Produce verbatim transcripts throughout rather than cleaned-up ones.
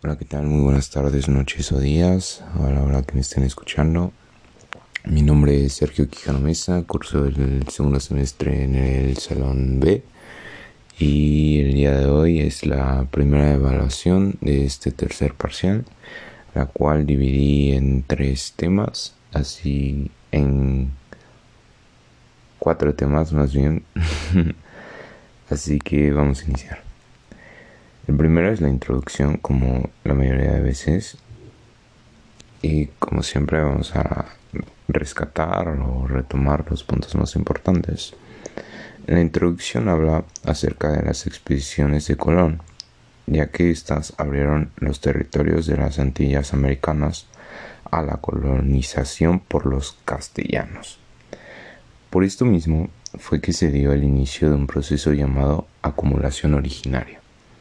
Hola, ¿qué tal? Muy buenas tardes, noches o días, a la hora que me estén escuchando. Mi nombre es Sergio Quijano Mesa, curso el segundo semestre en el Salón B y el día de hoy es la primera evaluación de este tercer parcial, la cual dividí en tres temas, así en cuatro temas más bien. Así que vamos a iniciar. El primero es la introducción, como la mayoría de veces, y como siempre vamos a rescatar o retomar los puntos más importantes. En la introducción habla acerca de las expediciones de Colón, ya que éstas abrieron los territorios de las Antillas Americanas a la colonización por los castellanos. Por esto mismo fue que se dio el inicio de un proceso llamado acumulación originaria.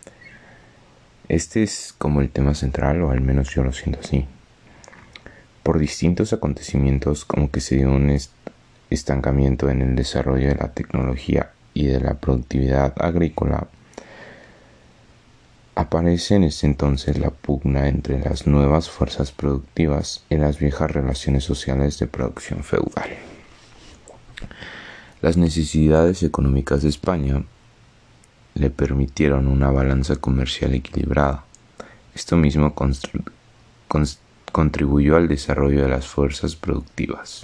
Este es como el tema central, o al menos yo lo siento así. Por distintos acontecimientos, como que se dio un estancamiento en el desarrollo de la tecnología y de la productividad agrícola, aparece en ese entonces la pugna entre las nuevas fuerzas productivas y las viejas relaciones sociales de producción feudal. Las necesidades económicas de España le permitieron una balanza comercial equilibrada. Esto mismo constru- const- contribuyó al desarrollo de las fuerzas productivas.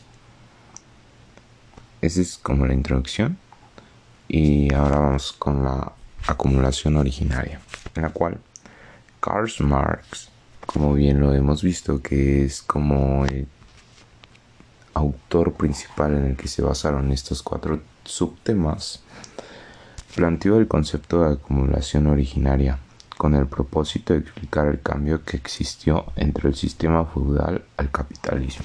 Esa es como la introducción. Y ahora vamos con la acumulación originaria, en la cual Karl Marx, como bien lo hemos visto, que es como el autor principal en el que se basaron estos cuatro subtemas, planteó el concepto de acumulación originaria con el propósito de explicar el cambio que existió entre el sistema feudal al capitalismo.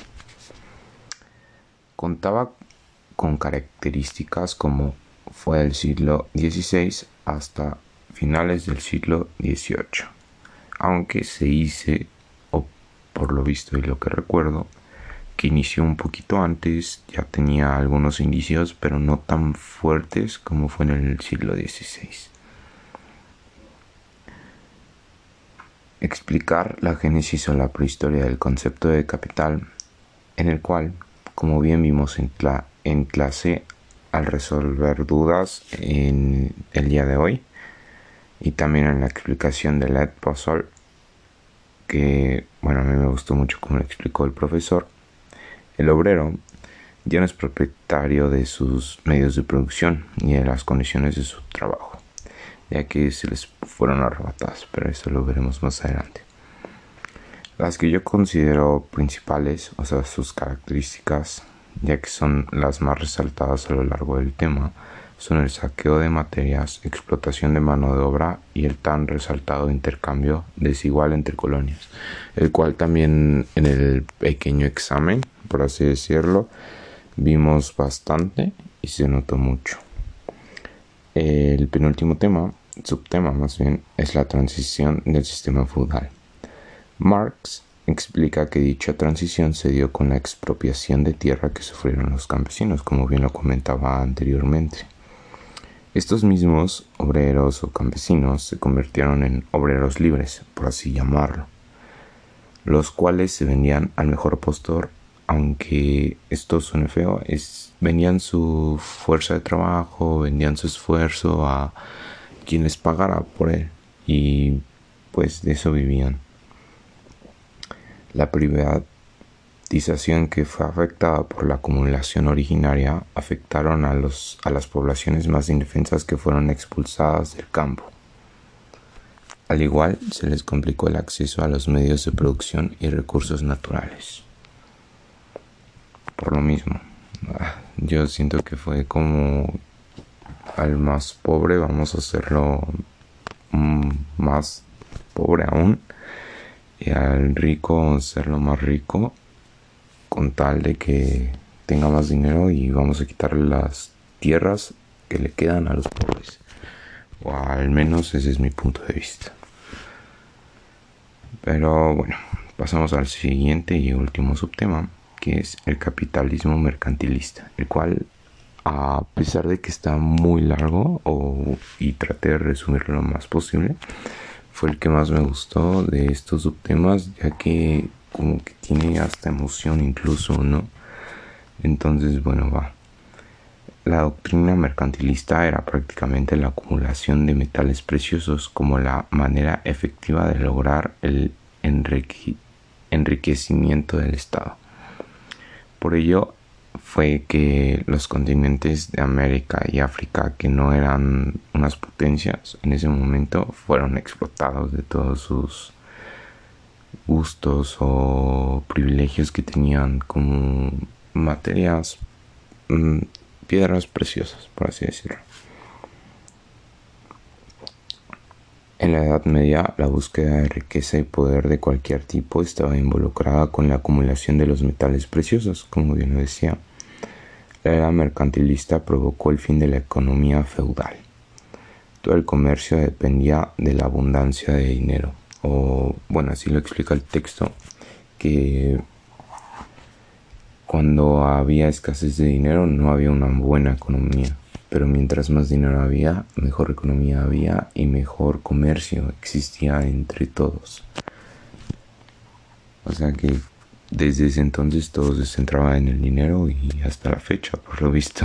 Contaba con características como fue del siglo dieciséis hasta finales del siglo dieciocho, aunque se dice, o por lo visto y lo que recuerdo, que inició un poquito antes, ya tenía algunos indicios, pero no tan fuertes como fue en el siglo dieciséis. Explicar la génesis o la prehistoria del concepto de capital, en el cual, como bien vimos en, cla- en clase al resolver dudas en el día de hoy, y también en la explicación de Led Puzzle, que bueno, a mí me gustó mucho como lo explicó el profesor. El obrero ya no es propietario de sus medios de producción ni de las condiciones de su trabajo, ya que se les fueron arrebatadas, pero eso lo veremos más adelante. Las que yo considero principales, o sea, sus características, ya que son las más resaltadas a lo largo del tema, son el saqueo de materias, explotación de mano de obra y el tan resaltado intercambio desigual entre colonias, el cual también en el pequeño examen, por así decirlo, vimos bastante y se notó mucho. El penúltimo tema, subtema más bien, es la transición del sistema feudal. Marx explica que dicha transición se dio con la expropiación de tierra que sufrieron los campesinos, como bien lo comentaba anteriormente. Estos mismos obreros o campesinos se convirtieron en obreros libres, por así llamarlo, los cuales se vendían al mejor postor, aunque esto suene feo, es, vendían su fuerza de trabajo, vendían su esfuerzo a quien les pagara por él, y pues de eso vivían. La privatización que fue afectada por la acumulación originaria afectaron a, los, a las poblaciones más indefensas que fueron expulsadas del campo. Al igual, se les complicó el acceso a los medios de producción y recursos naturales. Por lo mismo, yo siento que fue como al más pobre vamos a hacerlo más pobre aún, y al rico vamos a hacerlo más rico con tal de que tenga más dinero, y vamos a quitarle las tierras que le quedan a los pobres, o al menos ese es mi punto de vista. Pero bueno, pasamos al siguiente y último subtema, que es el capitalismo mercantilista, el cual, a pesar de que está muy largo, o, y traté de resumirlo lo más posible, fue el que más me gustó de estos subtemas, ya que como que tiene hasta emoción incluso, ¿no? Entonces, bueno, va. La doctrina mercantilista era prácticamente la acumulación de metales preciosos como la manera efectiva de lograr el enrique- enriquecimiento del Estado. Por ello fue que los continentes de América y África, que no eran unas potencias en ese momento, fueron explotados de todos sus gustos o privilegios que tenían como materias, mmm, piedras preciosas, por así decirlo. En la Edad Media, la búsqueda de riqueza y poder de cualquier tipo estaba involucrada con la acumulación de los metales preciosos, como bien lo decía. La era mercantilista provocó el fin de la economía feudal. Todo el comercio dependía de la abundancia de dinero, o bueno, así lo explica el texto, que cuando había escasez de dinero no había una buena economía, pero mientras más dinero había, mejor economía había y mejor comercio existía entre todos. O sea que desde ese entonces todo se centraba en el dinero y hasta la fecha, por lo visto.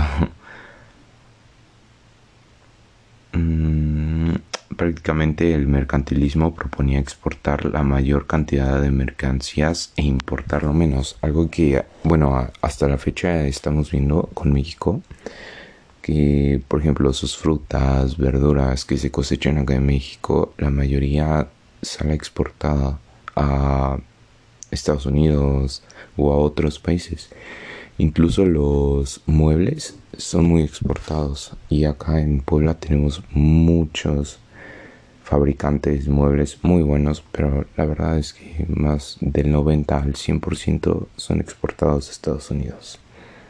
mm, prácticamente el mercantilismo proponía exportar la mayor cantidad de mercancías e importar lo menos. Algo que, bueno, hasta la fecha estamos viendo con México, que por ejemplo sus frutas, verduras que se cosechan acá en México, la mayoría sale exportada a Estados Unidos o a otros países. Incluso los muebles son muy exportados y acá en Puebla tenemos muchos fabricantes de muebles muy buenos, pero la verdad es que más del noventa al cien por ciento son exportados a Estados Unidos.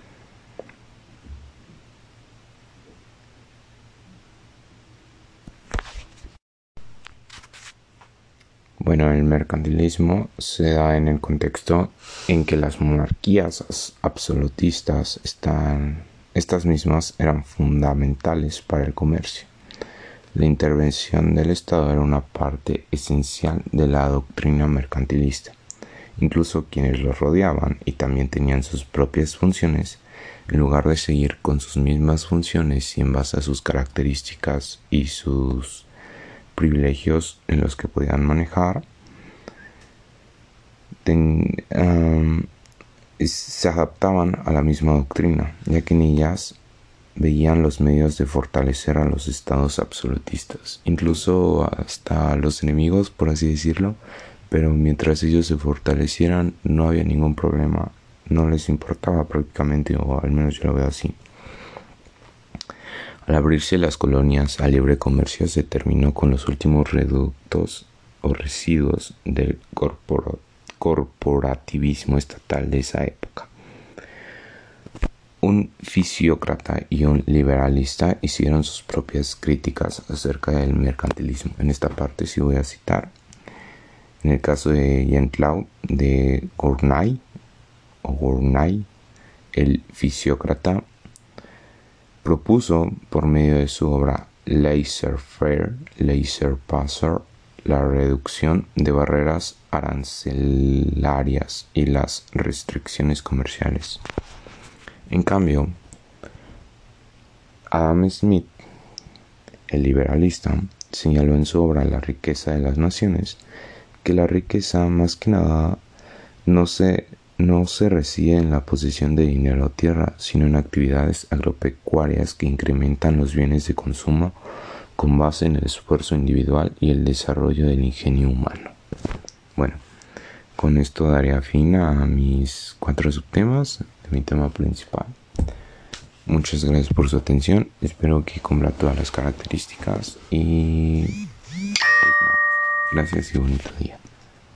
Bueno, el mercantilismo se da en el contexto en que las monarquías absolutistas están, estas mismas eran fundamentales para el comercio. La intervención del Estado era una parte esencial de la doctrina mercantilista. Incluso quienes los rodeaban y también tenían sus propias funciones, en lugar de seguir con sus mismas funciones y en base a sus características y sus privilegios en los que podían manejar, ten, um, se adaptaban a la misma doctrina, ya que en ellas veían los medios de fortalecer a los estados absolutistas, incluso hasta a los enemigos, por así decirlo, pero mientras ellos se fortalecieran no había ningún problema, no les importaba prácticamente, o al menos yo lo veo así. Al abrirse las colonias a libre comercio se terminó con los últimos reductos o residuos del corporo- corporativismo estatal de esa época. Un fisiócrata y un liberalista hicieron sus propias críticas acerca del mercantilismo. En esta parte sí voy a citar. En el caso de Jean-Claude de Gournay, o Gournay, el fisiócrata propuso por medio de su obra Laissez-faire, Laissez-passer, la reducción de barreras arancelarias y las restricciones comerciales. En cambio, Adam Smith, el liberalista, señaló en su obra La riqueza de las naciones que la riqueza más que nada no se, no se reside en la posesión de dinero o tierra, sino en actividades agropecuarias que incrementan los bienes de consumo con base en el esfuerzo individual y el desarrollo del ingenio humano. Bueno, con esto daría fin a mis cuatro subtemas de mi tema principal. Muchas gracias por su atención, espero que cumpla todas las características y pues nada, gracias y bonito día.